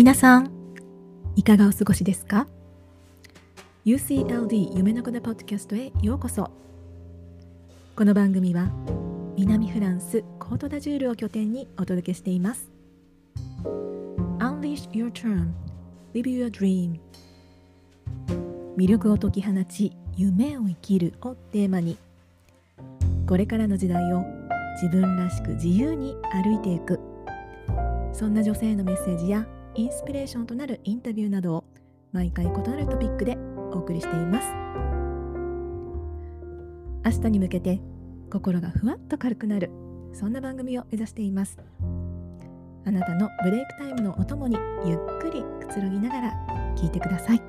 皆さんいかがお過ごしですか？ UCLD 夢の子のポッドキャストへようこそ。この番組は南フランスコートダジュールを拠点にお届けしています。 Unleash your term, live your dream。 魅力を解き放ち夢を生きるをテーマに、これからの時代を自分らしく自由に歩いていく、そんな女性のメッセージやインスピレーションとなるインタビューなどを毎回異なるトピックでお送りしています。明日に向けて心がふわっと軽くなる、そんな番組を目指しています。あなたのブレイクタイムのお供にゆっくりくつろぎながら聞いてください。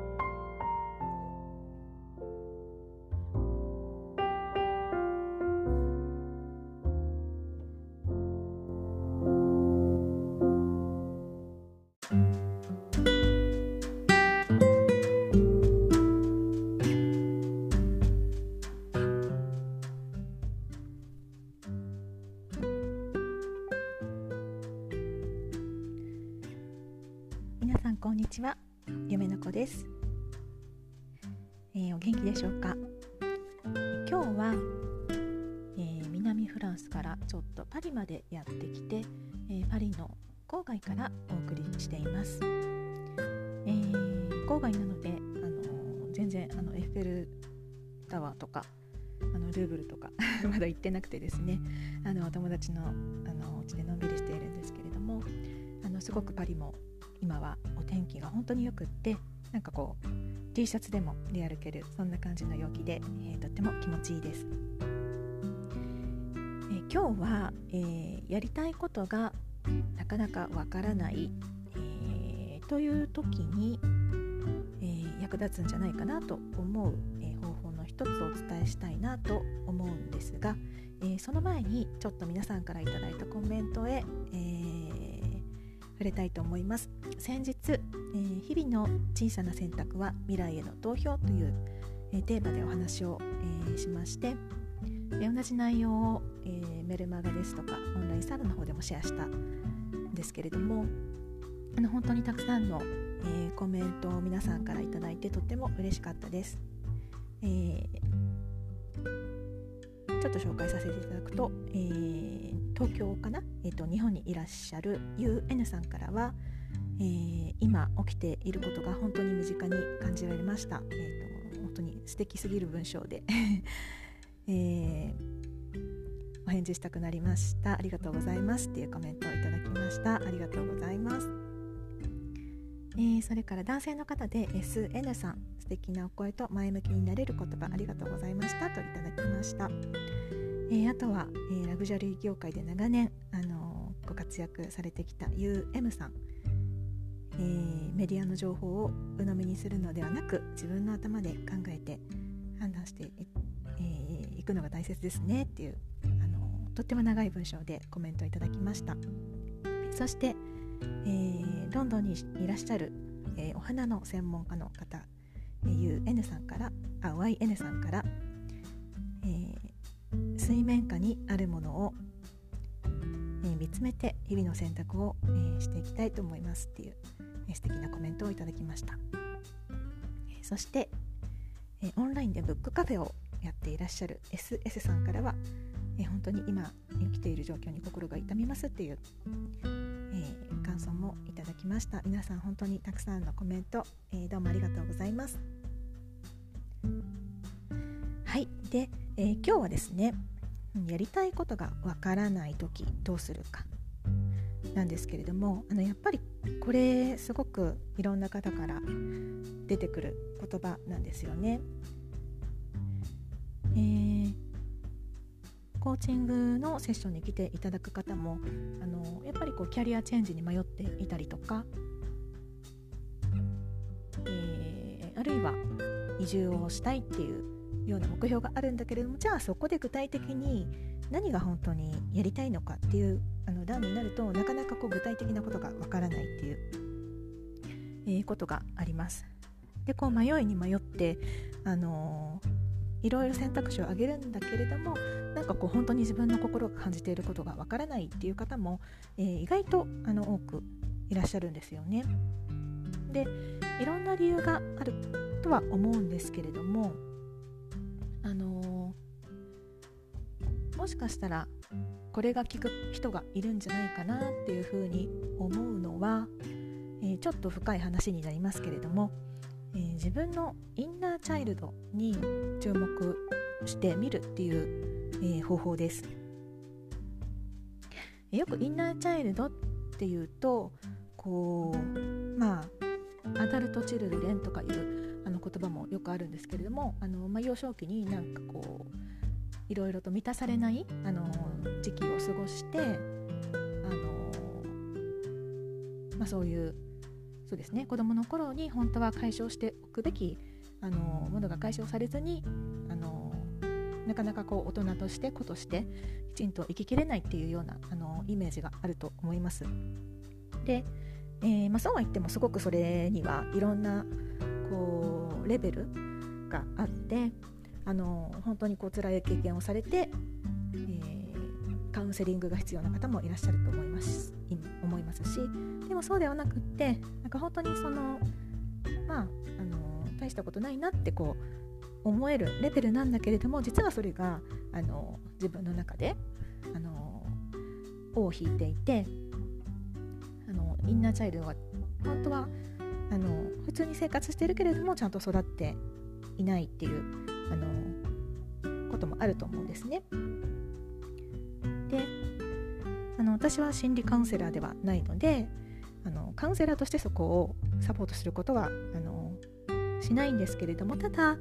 皆さんこんにちは、夢の子です。お元気でしょうか？今日は、南フランスからちょっとパリまでやってきて、パリの郊外からお送りしています。郊外なので全然エッフェルタワーとかルーブルとかまだ行ってなくてですね、お友達のお家でのんびりしているんですけれども、すごくパリも今はお天気が本当によくって、なんかこう T シャツでも出歩ける、そんな感じの陽気で、とっても気持ちいいです。今日は、やりたいことがなかなかわからない、という時に、役立つんじゃないかなと思う、方法の一つをお伝えしたいなと思うんですが、その前にちょっと皆さんからいただいたコメントへ、触れたいと思います。先日、日々の小さな選択は未来への投票という、テーマでお話を、しまして、同じ内容を、メルマガですとかオンラインサロンの方でもシェアしたんですけれども、本当にたくさんの、コメントを皆さんからいただいてとっても嬉しかったです。ちょっと紹介させていただくと、東京かな、日本にいらっしゃる UN さんからは、今起きていることが本当に身近に感じられました。本当に素敵すぎる文章で、お返事したくなりました。ありがとうございますっていうコメントをいただきました。ありがとうございます。それから男性の方で SN さん、素敵なお声と前向きになれる言葉ありがとうございましたといただきました。あとは、ラグジュアリー業界で長年ご活躍されてきた UM さん、メディアの情報を鵜呑みにするのではなく、自分の頭で考えて判断していくのが大切ですねっていうとっても長い文章でコメントをいただきました。そして、ロンドンにいらっしゃる、お花の専門家の方、YN さんから、水面下にあるものを、見つめて日々の選択を、していきたいと思いますっていう、素敵なコメントをいただきました。そして、オンラインでブックカフェをやっていらっしゃる SS さんからは、本当に今生きている状況に心が痛みますっていう、感想もいただきました。皆さん本当にたくさんのコメント、どうもありがとうございます。はい。で、今日はですね、やりたいことがわからないときどうするかなんですけれども、やっぱりこれすごくいろんな方から出てくる言葉なんですよね。コーチングのセッションに来ていただく方もやっぱりこうキャリアチェンジに迷っていたりとか、あるいは移住をしたいっていうような目標があるんだけれども、じゃあそこで具体的に何が本当にやりたいのかっていう段になると、なかなかこう具体的なことがわからないっていう、ことがあります。でこう迷いに迷っていろいろ選択肢を挙げるんだけれども、なんかこう本当に自分の心が感じていることがわからないっていう方も、意外と多くいらっしゃるんですよね。で、いろんな理由があるとは思うんですけれども、もしかしたらこれが聞く人がいるんじゃないかなっていうふうに思うのは、ちょっと深い話になりますけれども、自分のインナーチャイルドに注目してみるっていう、方法です。よくインナーチャイルドっていうとアダルトチルドレンとかいう言葉もよくあるんですけれども、幼少期になんかいろいろと満たされない時期を過ごして、そうですね、子供の頃に本当は解消しておくべきものが解消されずになかなか大人として子としてきちんと生ききれないっていうようなイメージがあると思います。で、そうは言ってもすごくそれにはいろんなレベルがあって、本当に辛い経験をされて、カウンセリングが必要な方もいらっしゃると思いますし、でもそうではなくって、なんか本当に大したことないなって思えるレベルなんだけれども、実はそれが自分の中で尾を引いていて、インナーチャイルドは本当は普通に生活しているけれどもちゃんと育っていないっていうこともあると思うんですね。で、私は心理カウンセラーではないのでカウンセラーとしてそこをサポートすることはしないんですけれども、ただ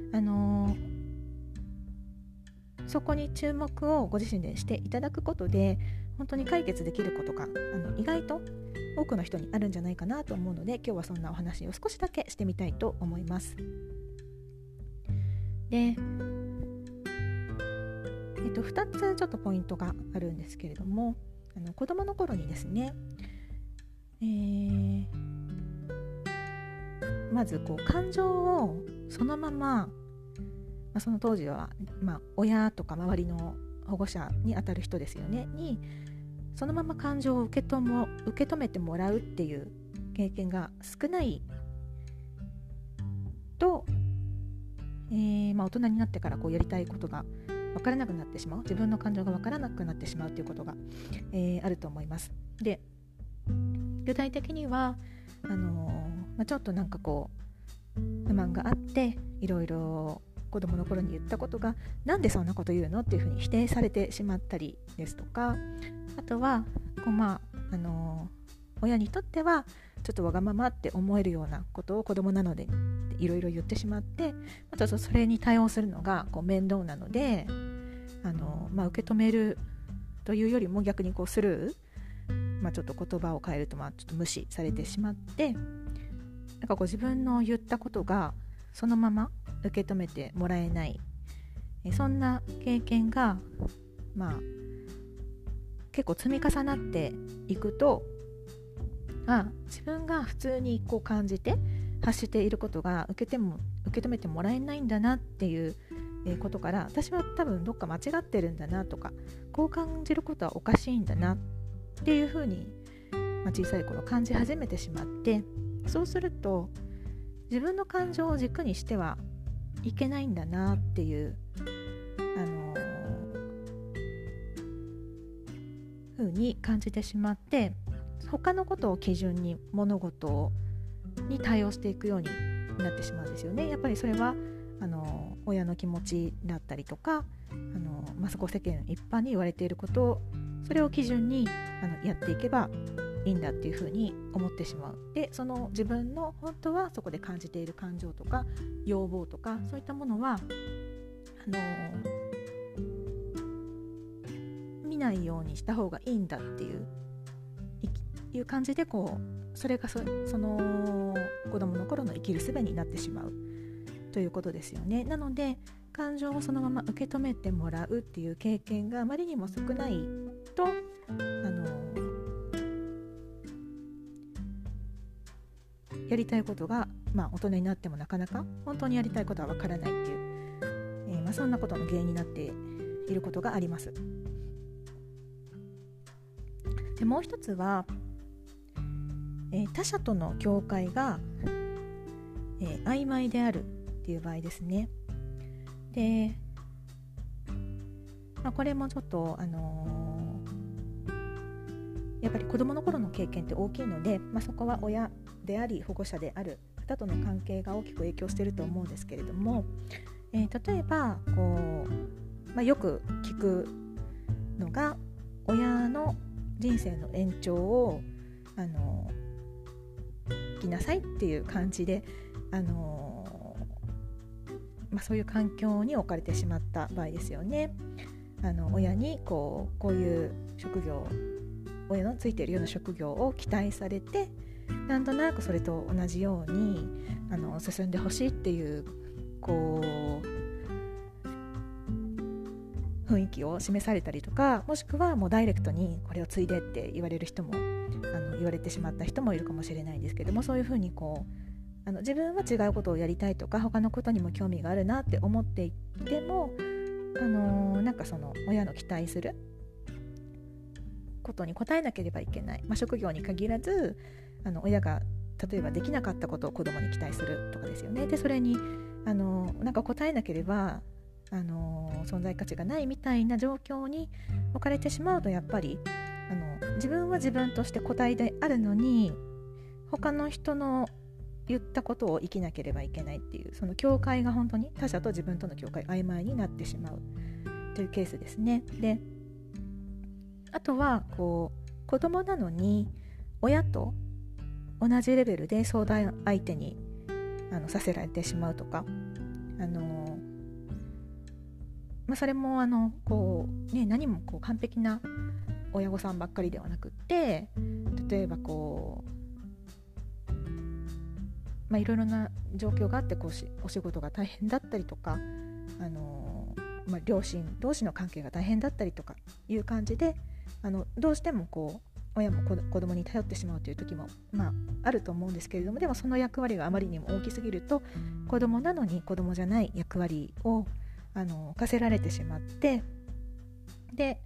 そこに注目をご自身でしていただくことで本当に解決できることが意外と多くの人にあるんじゃないかなと思うので、今日はそんなお話を少しだけしてみたいと思います。で、2つちょっとポイントがあるんですけれども、子供の頃にですね、まず感情をそのまま、その当時は、親とか周りの保護者にあたる人ですよねにそのまま感情を受け止めてもらうっていう経験が少ないと、大人になってからやりたいことが分からなくなってしまう、自分の感情が分からなくなってしまうということが、あると思います。で、具体的にはちょっとなんか不満があっていろいろ子供の頃に言ったことがなんでそんなこと言うのっていうふうに否定されてしまったりですとか、あとは親にとってはちょっとわがままって思えるようなことを子供なのでいろいろ言ってしまって、ちょっとそれに対応するのが面倒なので受け止めるというよりも逆にスルー、ちょっと言葉を変えるとちょっと無視されてしまって、なんか自分の言ったことがそのまま受け止めてもらえない、そんな経験が結構積み重なっていくと、自分が普通に感じて発していることが受け止めてもらえないんだなっていうことから、私は多分どっか間違ってるんだなとか、こう感じることはおかしいんだなっていうふうに、小さい頃感じ始めてしまって、そうすると自分の感情を軸にしてはいけないんだなっていう風に感じてしまって、他のことを基準に物事に対応していくようになってしまうんですよね。やっぱりそれは親の気持ちだったりとかそこ世間一般に言われていることをそれを基準にやっていけばいいんだっていうふうに思ってしまう。で、その自分の本当はそこで感じている感情とか要望とかそういったものは見ないようにした方がいいんだっていう感じでそれがその子供の頃の生きる術になってしまうということですよね。なので感情をそのまま受け止めてもらうっていう経験があまりにも少ないとやりたいことが、大人になってもなかなか本当にやりたいことはわからないっていう、そんなことの原因になっていることがあります。で、もう一つは、 他者との境界が、曖昧であるっていう場合ですね。で、これもちょっと、やっぱり子どもの頃の経験って大きいので、そこは親であり保護者である方との関係が大きく影響していると思うんですけれども、例えばよく聞くのが、親の人生の延長を生きなさいっていう感じで、そういう環境に置かれてしまった場合ですよね。親にこういう職業、親のついているような職業を期待されて、なんとなくそれと同じように進んでほしいっていう雰囲気を示されたりとか、もしくはもうダイレクトにこれを継いでって言われる人も言われてしまった人もいるかもしれないですけども、そういうふうに自分は違うことをやりたいとか、他のことにも興味があるなって思っていても、なんかその親の期待することに応えなければいけない、職業に限らず親が例えばできなかったことを子供に期待するとかですよね。でそれになんか応えなければ存在価値がないみたいな状況に置かれてしまうと、やっぱり自分は自分として個体であるのに、他の人の言ったことを生きなければいけないっていう、その境界が本当に他者と自分との境界曖昧になってしまうというケースですね。で、あとは子供なのに親と同じレベルで相談相手にさせられてしまうとか、それも何も完璧な親御さんばっかりではなくって、例えばいろいろな状況があってお仕事が大変だったりとか、両親同士の関係が大変だったりとかいう感じで、どうしても親も子供に頼ってしまうという時もあると思うんですけれども、でもその役割があまりにも大きすぎると、子供なのに子供じゃない役割を課せられてしまって、で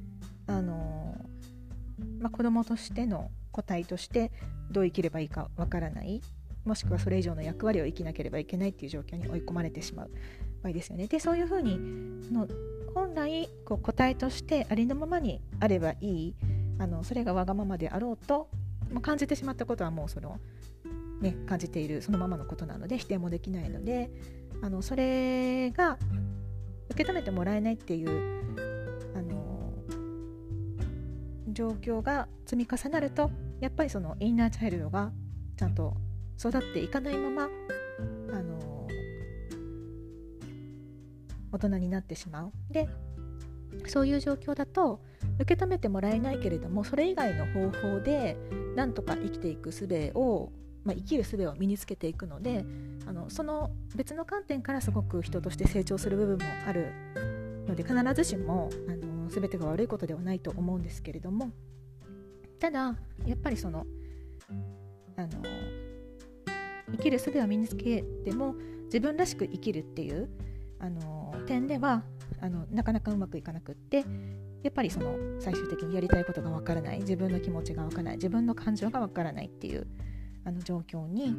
子供としての個体としてどう生きればいいかわからない、もしくはそれ以上の役割を生きなければいけないっていう状況に追い込まれてしまう場合ですよね。でそういうふうに本来個体としてありのままにあればいい、それがわがままであろうと、感じてしまったことはもう感じているそのままのことなので否定もできないので、それが受け止めてもらえないっていう状況が積み重なると、やっぱりそのインナーチャイルドがちゃんと育っていかないまま大人になってしまう。でそういう状況だと受け止めてもらえないけれども、それ以外の方法でなんとか生きていく術を、生きる術を身につけていくので、その別の観点からすごく人として成長する部分もあるので、必ずしも全てが悪いことではないと思うんですけれども、ただやっぱりその生きる術を身につけても自分らしく生きるっていう点ではなかなかうまくいかなくって、やっぱりその最終的にやりたいことがわからない、自分の気持ちがわからない、自分の感情がわからないっていう状況に、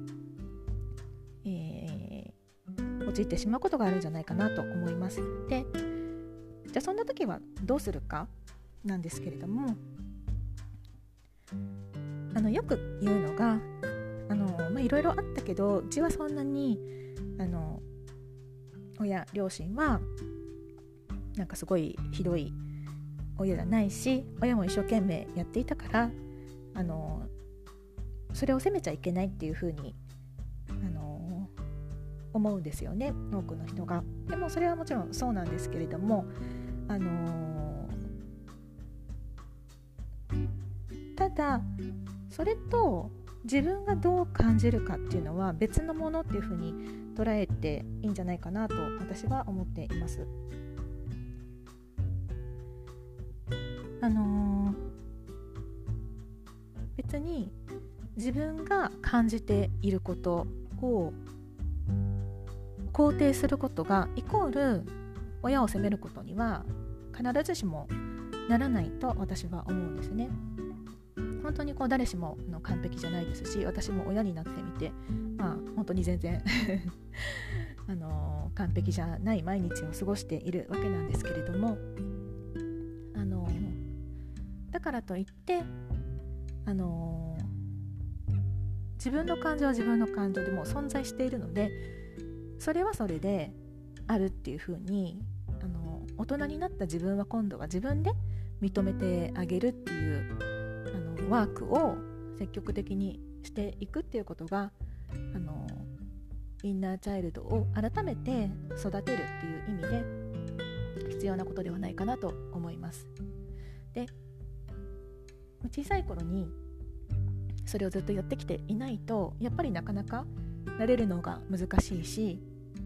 陥ってしまうことがあるんじゃないかなと思います。で、じゃあそんな時はどうするかなんですけれども、よく言うのがいろいろあったけど、うちはそんなに両親はなんかすごいひどい親じゃないし、親も一生懸命やっていたからそれを責めちゃいけないっていうふうに思うんですよね、多くの人が。でもそれはもちろんそうなんですけれども、ただそれと自分がどう感じるかっていうのは別のものっていうふうに捉えていいんじゃないかなと私は思っています。別に自分が感じていることを肯定することがイコール親を責めることには必ずしもならないと私は思うんですね。 本当にこう誰しも完璧じゃないですし、私も親になってみて、本当に全然完璧じゃない毎日を過ごしているわけなんですけれども、だからといって自分の感情は自分の感情でも存在しているので、それはそれであるっていう風に大人になった自分は今度は自分で認めてあげるっていうワークを積極的にしていくっていうことがインナーチャイルドを改めて育てるっていう意味で必要なことではないかなと思います。で、小さい頃にそれをずっとやってきていないとやっぱりなかなか慣れるのが難しいし、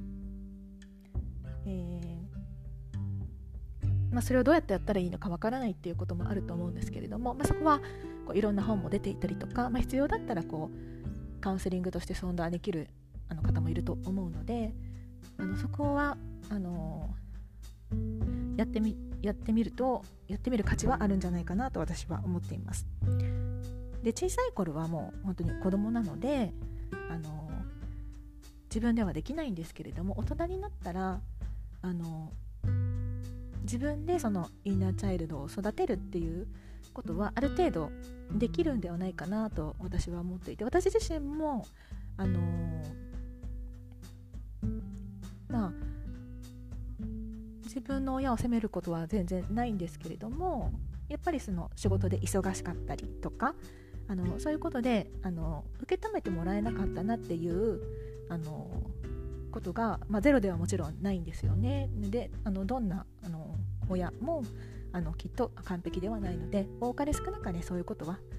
それをどうやってやったらいいのかわからないっていうこともあると思うんですけれども、そこはこういろんな本も出ていたりとか、必要だったらこうカウンセリングとして相談できる方もいると思うので、そこはやってみる価値はあるんじゃないかなと私は思っています。で、小さい頃はもう本当に子供なので自分ではできないんですけれども、大人になったら自分でそのインナーチャイルドを育てるっていうことはある程度できるんではないかなと私は思っていて、私自身も自分の親を責めることは全然ないんですけれども、やっぱりその仕事で忙しかったりとかそういうことで受け止めてもらえなかったなっていうことが、ゼロではもちろんないんですよね。でどんな親もきっと完璧ではないので、多かれ少なかれそういうことは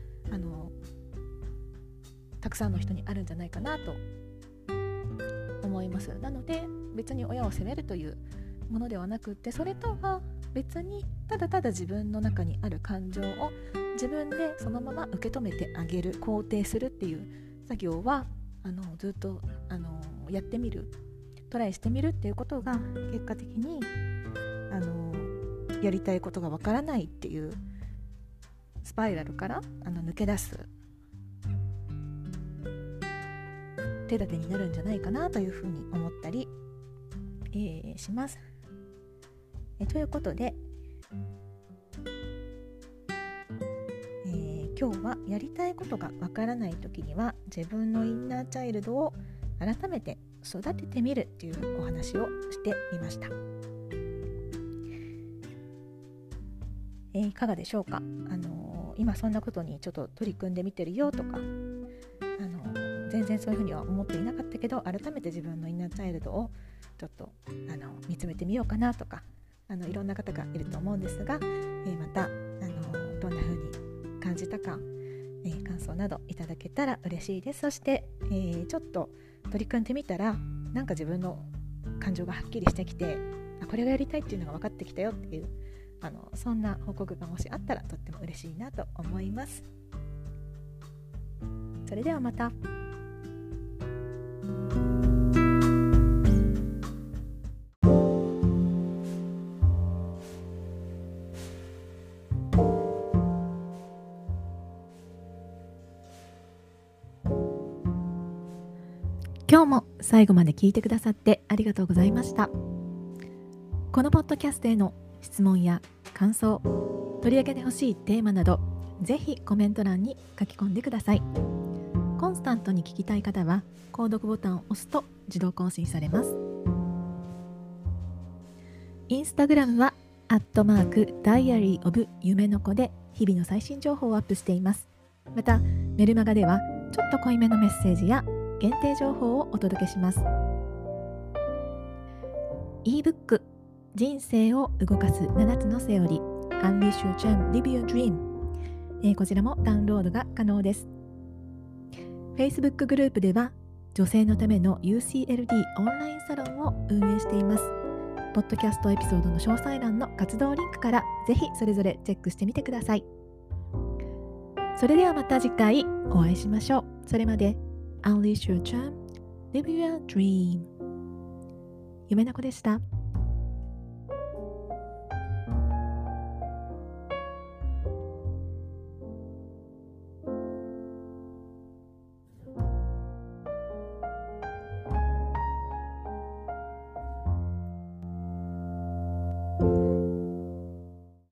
たくさんの人にあるんじゃないかなと思います。なので別に親を責めるというものではなくって、それとは別にただただ自分の中にある感情を自分でそのまま受け止めてあげる、肯定するっていう作業はずっとやってみる、トライしてみるっていうことが結果的にやりたいことがわからないっていうスパイラルから抜け出す手立てになるんじゃないかなというふうに思ったり、します。ということで、今日はやりたいことがわからないときには自分のインナーチャイルドを改めて育ててみるっていうお話をしてみました。いかがでしょうか。今そんなことにちょっと取り組んでみてるよとか、全然そういうふうには思っていなかったけど改めて自分のインナーチャイルドをちょっと見つめてみようかなとか、いろんな方がいると思うんですが、またどんなふうに感じたか、感想などいただけたら嬉しいです。そして、ちょっと取り組んでみたらなんか自分の感情がはっきりしてきて、これがやりたいっていうのが分かってきたよっていうそんな報告がもしあったらとっても嬉しいなと思います。それではまた。今日も最後まで聞いてくださってありがとうございました。このポッドキャストへの質問や感想、取り上げてほしいテーマなど、ぜひコメント欄に書き込んでください。コンスタントに聞きたい方は購読ボタンを押すと自動更新されます。インスタグラムは@diary of 夢の子で日々の最新情報をアップしています。またメルマガではちょっと濃いめのメッセージや限定情報をお届けします。 ebook 人生を動かす7つのセオリー Unleash Your Charm Live Your Dream、こちらもダウンロードが可能です。 Facebook グループでは女性のための UCLD オンラインサロンを運営しています。ポッドキャストエピソードの詳細欄の活動リンクからぜひそれぞれチェックしてみてください。それではまた次回お会いしましょう。それまでUnleash your charm, live your dream. 夢の子でした。